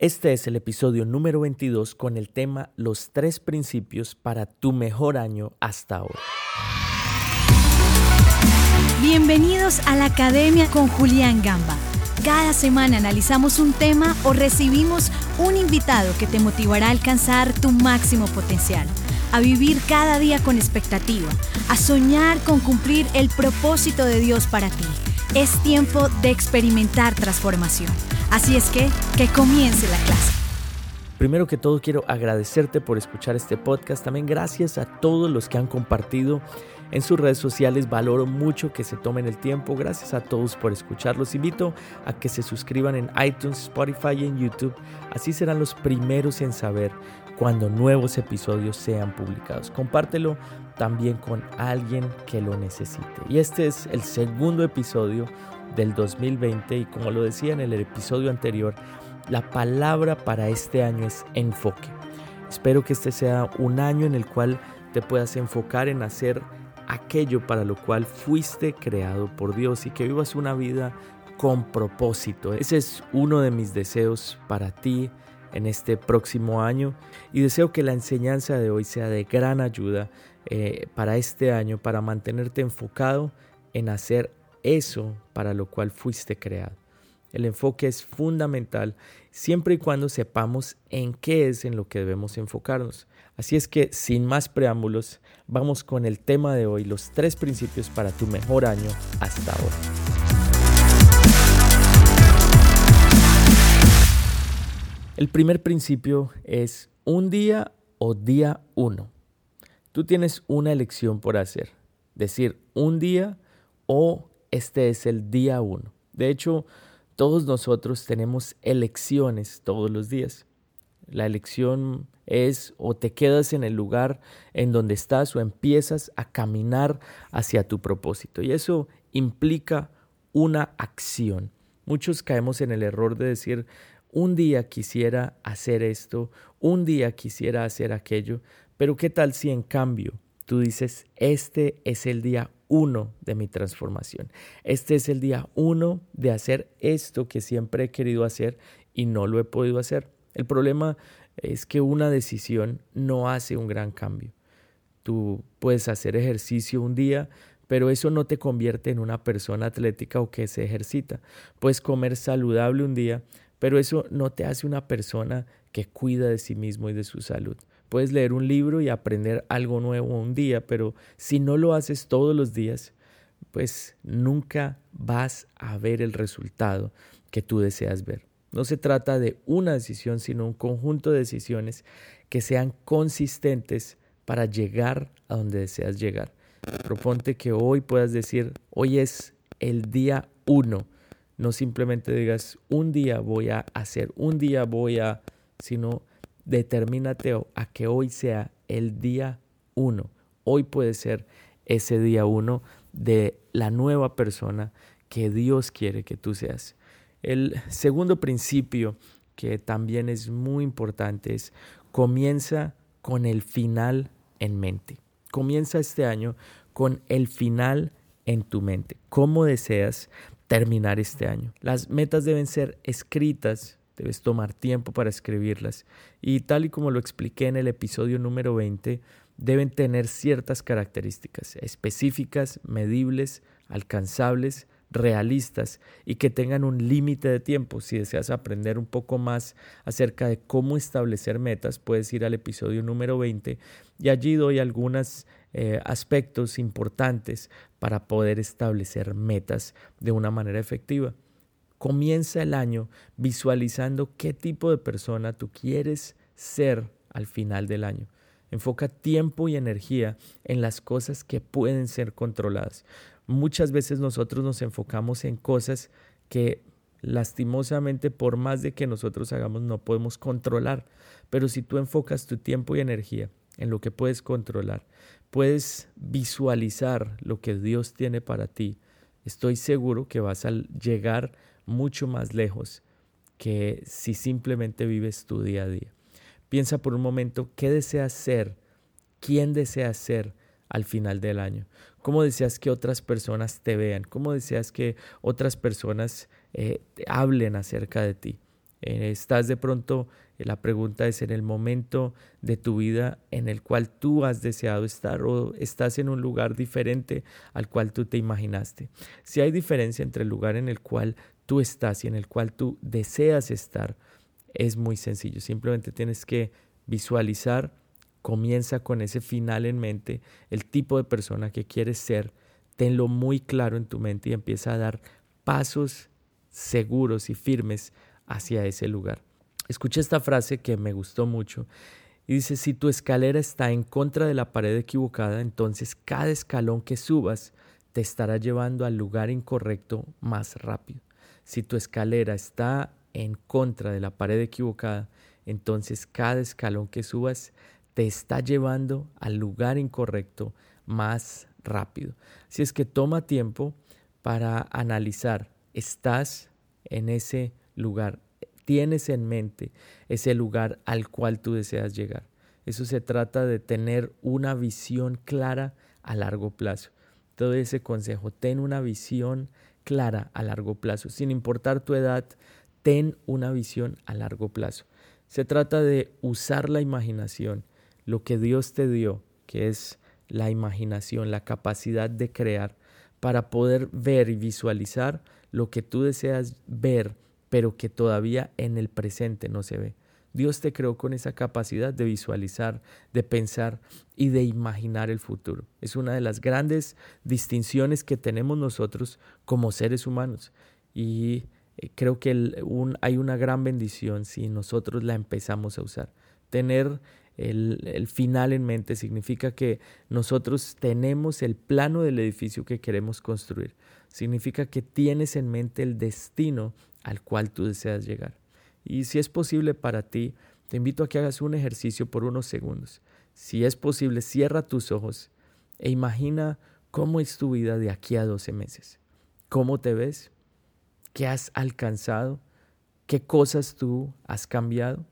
Este es el episodio número 22 con el tema Los 3 principios para tu mejor año hasta ahora. Bienvenidos a la Academia con Julián Gamba. Cada semana analizamos un tema o recibimos un invitado que te motivará a alcanzar tu máximo potencial, a vivir cada día con expectativa, a soñar con cumplir el propósito de Dios para ti. Es tiempo de experimentar transformación. Así es que comience la clase. Primero que todo quiero agradecerte por escuchar este podcast. También gracias a todos los que han compartido en sus redes sociales. Valoro mucho que se tomen el tiempo. Gracias a todos por escuchar. Los invito a que se suscriban en iTunes, Spotify y en YouTube. Así serán los primeros en saber cuando nuevos episodios sean publicados. Compártelo también con alguien que lo necesite. Y este es el segundo episodio del 2020 y como lo decía en el episodio anterior, la palabra para este año es enfoque. Espero que este sea un año en el cual te puedas enfocar en hacer aquello para lo cual fuiste creado por Dios y que vivas una vida con propósito. Ese es uno de mis deseos para ti en este próximo año y deseo que la enseñanza de hoy sea de gran ayuda para este año, para mantenerte enfocado en hacer eso para lo cual fuiste creado. El enfoque es fundamental siempre y cuando sepamos en qué es en lo que debemos enfocarnos. Así es que sin más preámbulos, vamos con el tema de hoy, los 3 principios para tu mejor año hasta ahora. El primer principio es un día o día 1. Tú tienes una elección por hacer, decir un día o este es el día 1. De hecho, todos nosotros tenemos elecciones todos los días. La elección es o te quedas en el lugar en donde estás o empiezas a caminar hacia tu propósito. Y eso implica una acción. Muchos caemos en el error de decir, un día quisiera hacer esto, un día quisiera hacer aquello, pero ¿qué tal si en cambio tú dices, este es el día 1 de mi transformación. Este es el día 1 de hacer esto que siempre he querido hacer y no lo he podido hacer. El problema es que una decisión no hace un gran cambio. Tú puedes hacer ejercicio un día, pero eso no te convierte en una persona atlética o que se ejercita. Puedes comer saludable un día, pero eso no te hace una persona que cuida de sí mismo y de su salud. Puedes leer un libro y aprender algo nuevo un día, pero si no lo haces todos los días, pues nunca vas a ver el resultado que tú deseas ver. No se trata de una decisión, sino un conjunto de decisiones que sean consistentes para llegar a donde deseas llegar. Proponte que hoy puedas decir, hoy es el día 1. No simplemente digas, un día voy a hacer, sino determínate a que hoy sea el día 1. Hoy puede ser ese día 1 de la nueva persona que Dios quiere que tú seas. El segundo principio que también es muy importante es comienza con el final en mente. Comienza este año con el final en tu mente. ¿Cómo deseas terminar este año? Las metas deben ser escritas. Debes tomar tiempo para escribirlas y tal y como lo expliqué en el episodio número 20, deben tener ciertas características específicas, medibles, alcanzables, realistas y que tengan un límite de tiempo. Si deseas aprender un poco más acerca de cómo establecer metas, puedes ir al episodio número 20 y allí doy algunos aspectos importantes para poder establecer metas de una manera efectiva. Comienza el año visualizando qué tipo de persona tú quieres ser al final del año. Enfoca tiempo y energía en las cosas que pueden ser controladas. Muchas veces nosotros nos enfocamos en cosas que lastimosamente por más de que nosotros hagamos no podemos controlar. Pero si tú enfocas tu tiempo y energía en lo que puedes controlar, puedes visualizar lo que Dios tiene para ti. Estoy seguro que vas a llegar mucho más lejos que si simplemente vives tu día a día. Piensa por un momento qué deseas ser, quién deseas ser al final del año, cómo deseas que otras personas te vean, cómo deseas que otras personas te hablen acerca de ti. Estás de pronto, la pregunta es en el momento de tu vida en el cual tú has deseado estar o estás en un lugar diferente al cual tú te imaginaste. Si hay diferencia entre el lugar en el cual tú estás y en el cual tú deseas estar, es muy sencillo. Simplemente tienes que visualizar, comienza con ese final en mente, el tipo de persona que quieres ser, tenlo muy claro en tu mente y empieza a dar pasos seguros y firmes hacia ese lugar. Escuché esta frase que me gustó mucho y dice: si tu escalera está en contra de la pared equivocada, entonces cada escalón que subas te estará llevando al lugar incorrecto más rápido. Si tu escalera está en contra de la pared equivocada, entonces cada escalón que subas te está llevando al lugar incorrecto más rápido. Así es que toma tiempo para analizar, ¿estás en ese lugar? ¿Tienes en mente ese lugar al cual tú deseas llegar? Eso se trata de tener una visión clara a largo plazo. Todo ese consejo, ten una visión clara a largo plazo. Sin importar tu edad, ten una visión a largo plazo. Se trata de usar la imaginación, lo que Dios te dio, que es la imaginación, la capacidad de crear, para poder ver y visualizar lo que tú deseas ver, pero que todavía en el presente no se ve. Dios te creó con esa capacidad de visualizar, de pensar y de imaginar el futuro. Es una de las grandes distinciones que tenemos nosotros como seres humanos. Y creo que hay una gran bendición si nosotros la empezamos a usar. Tener el final en mente significa que nosotros tenemos el plano del edificio que queremos construir. Significa que tienes en mente el destino al cual tú deseas llegar. Y si es posible para ti, te invito a que hagas un ejercicio por unos segundos. Si es posible, cierra tus ojos e imagina cómo es tu vida de aquí a 12 meses. ¿Cómo te ves? ¿Qué has alcanzado? ¿Qué cosas tú has cambiado?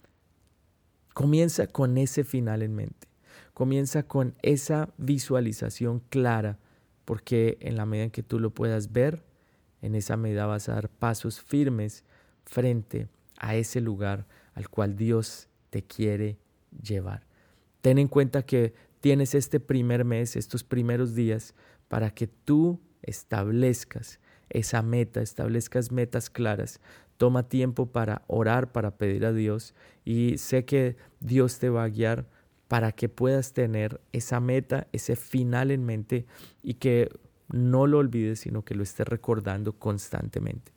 Comienza con ese final en mente. Comienza con esa visualización clara, porque en la medida en que tú lo puedas ver, en esa medida vas a dar pasos firmes frente a ese lugar al cual Dios te quiere llevar. Ten en cuenta que tienes este primer mes, estos primeros días, para que tú establezcas esa meta, establezcas metas claras. Toma tiempo para orar, para pedir a Dios, y sé que Dios te va a guiar para que puedas tener esa meta, ese final en mente y que no lo olvides, sino que lo estés recordando constantemente.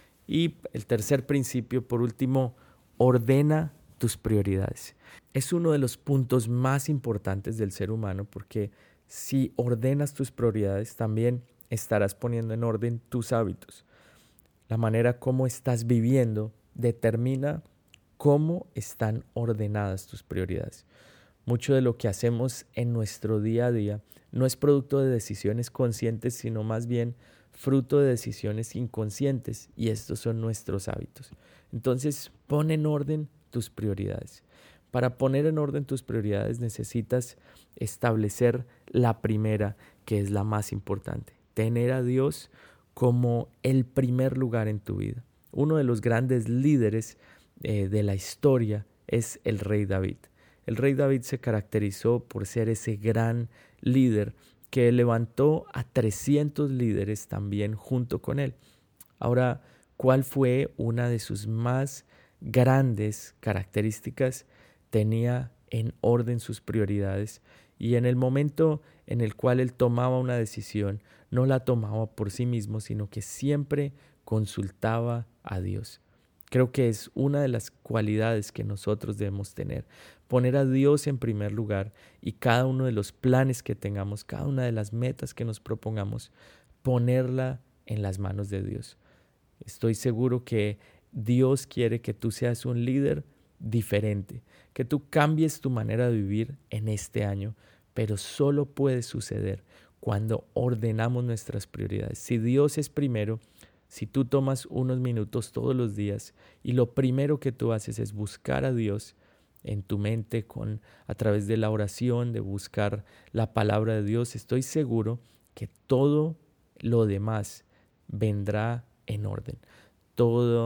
Y el tercer principio, por último, ordena tus prioridades. Es uno de los puntos más importantes del ser humano, porque si ordenas tus prioridades, también estarás poniendo en orden tus hábitos. La manera como estás viviendo determina cómo están ordenadas tus prioridades. Mucho de lo que hacemos en nuestro día a día no es producto de decisiones conscientes, sino más bien fruto de decisiones inconscientes, y estos son nuestros hábitos. Entonces, pon en orden tus prioridades. Para poner en orden tus prioridades necesitas establecer la primera, que es la más importante: tener a Dios como el primer lugar en tu vida. Uno de los grandes líderes de la historia es el rey David. El rey David se caracterizó por ser ese gran líder que levantó a 300 líderes también junto con él. Ahora, ¿cuál fue una de sus más grandes características? Tenía en orden sus prioridades, y en el momento en el cual él tomaba una decisión, no la tomaba por sí mismo, sino que siempre consultaba a Dios. Creo que es una de las cualidades que nosotros debemos tener: poner a Dios en primer lugar, y cada uno de los planes que tengamos, cada una de las metas que nos propongamos, ponerla en las manos de Dios. Estoy seguro que Dios quiere que tú seas un líder diferente, que tú cambies tu manera de vivir en este año, pero solo puede suceder cuando ordenamos nuestras prioridades. Si Dios es primero, si tú tomas unos minutos todos los días y lo primero que tú haces es buscar a Dios en tu mente a través de la oración, de buscar la palabra de Dios, estoy seguro que todo lo demás vendrá en orden. Todo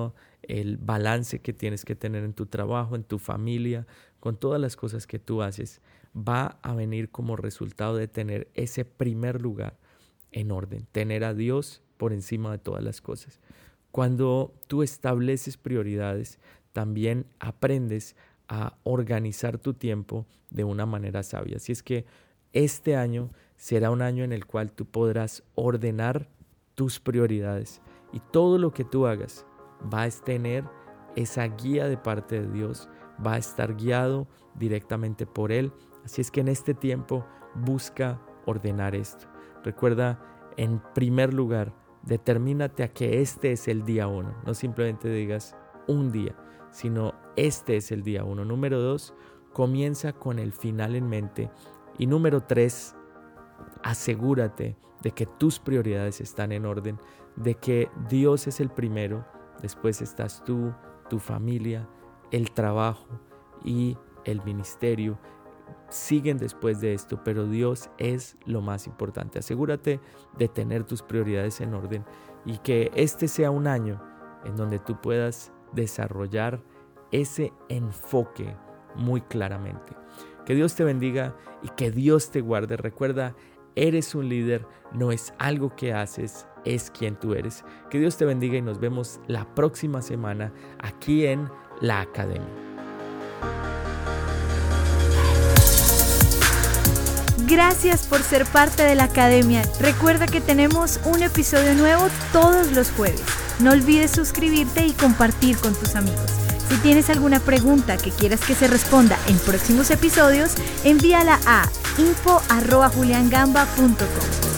el balance que tienes que tener en tu trabajo, en tu familia, con todas las cosas que tú haces, va a venir como resultado de tener ese primer lugar en orden, tener a Dios por encima de todas las cosas. Cuando tú estableces prioridades, también aprendes a organizar tu tiempo de una manera sabia. Así es que este año será un año en el cual tú podrás ordenar tus prioridades y todo lo que tú hagas va a tener esa guía de parte de Dios, va a estar guiado directamente por Él. Así es que en este tiempo busca ordenar esto. Recuerda, en primer lugar, determínate a que este es el día 1. No simplemente digas un día, sino este es el día 1. Número 2, comienza con el final en mente. Y número 3, asegúrate de que tus prioridades están en orden, de que Dios es el primero, después estás tú, tu familia, el trabajo y el ministerio. Siguen después de esto, pero Dios es lo más importante. Asegúrate de tener tus prioridades en orden y que este sea un año en donde tú puedas desarrollar ese enfoque muy claramente. Que Dios te bendiga y que Dios te guarde. Recuerda, eres un líder, no es algo que haces, es quien tú eres. Que Dios te bendiga y nos vemos la próxima semana aquí en La Academia. Gracias por ser parte de la Academia. Recuerda que tenemos un episodio nuevo todos los jueves. No olvides suscribirte y compartir con tus amigos. Si tienes alguna pregunta que quieras que se responda en próximos episodios, envíala a info@juliangamba.com.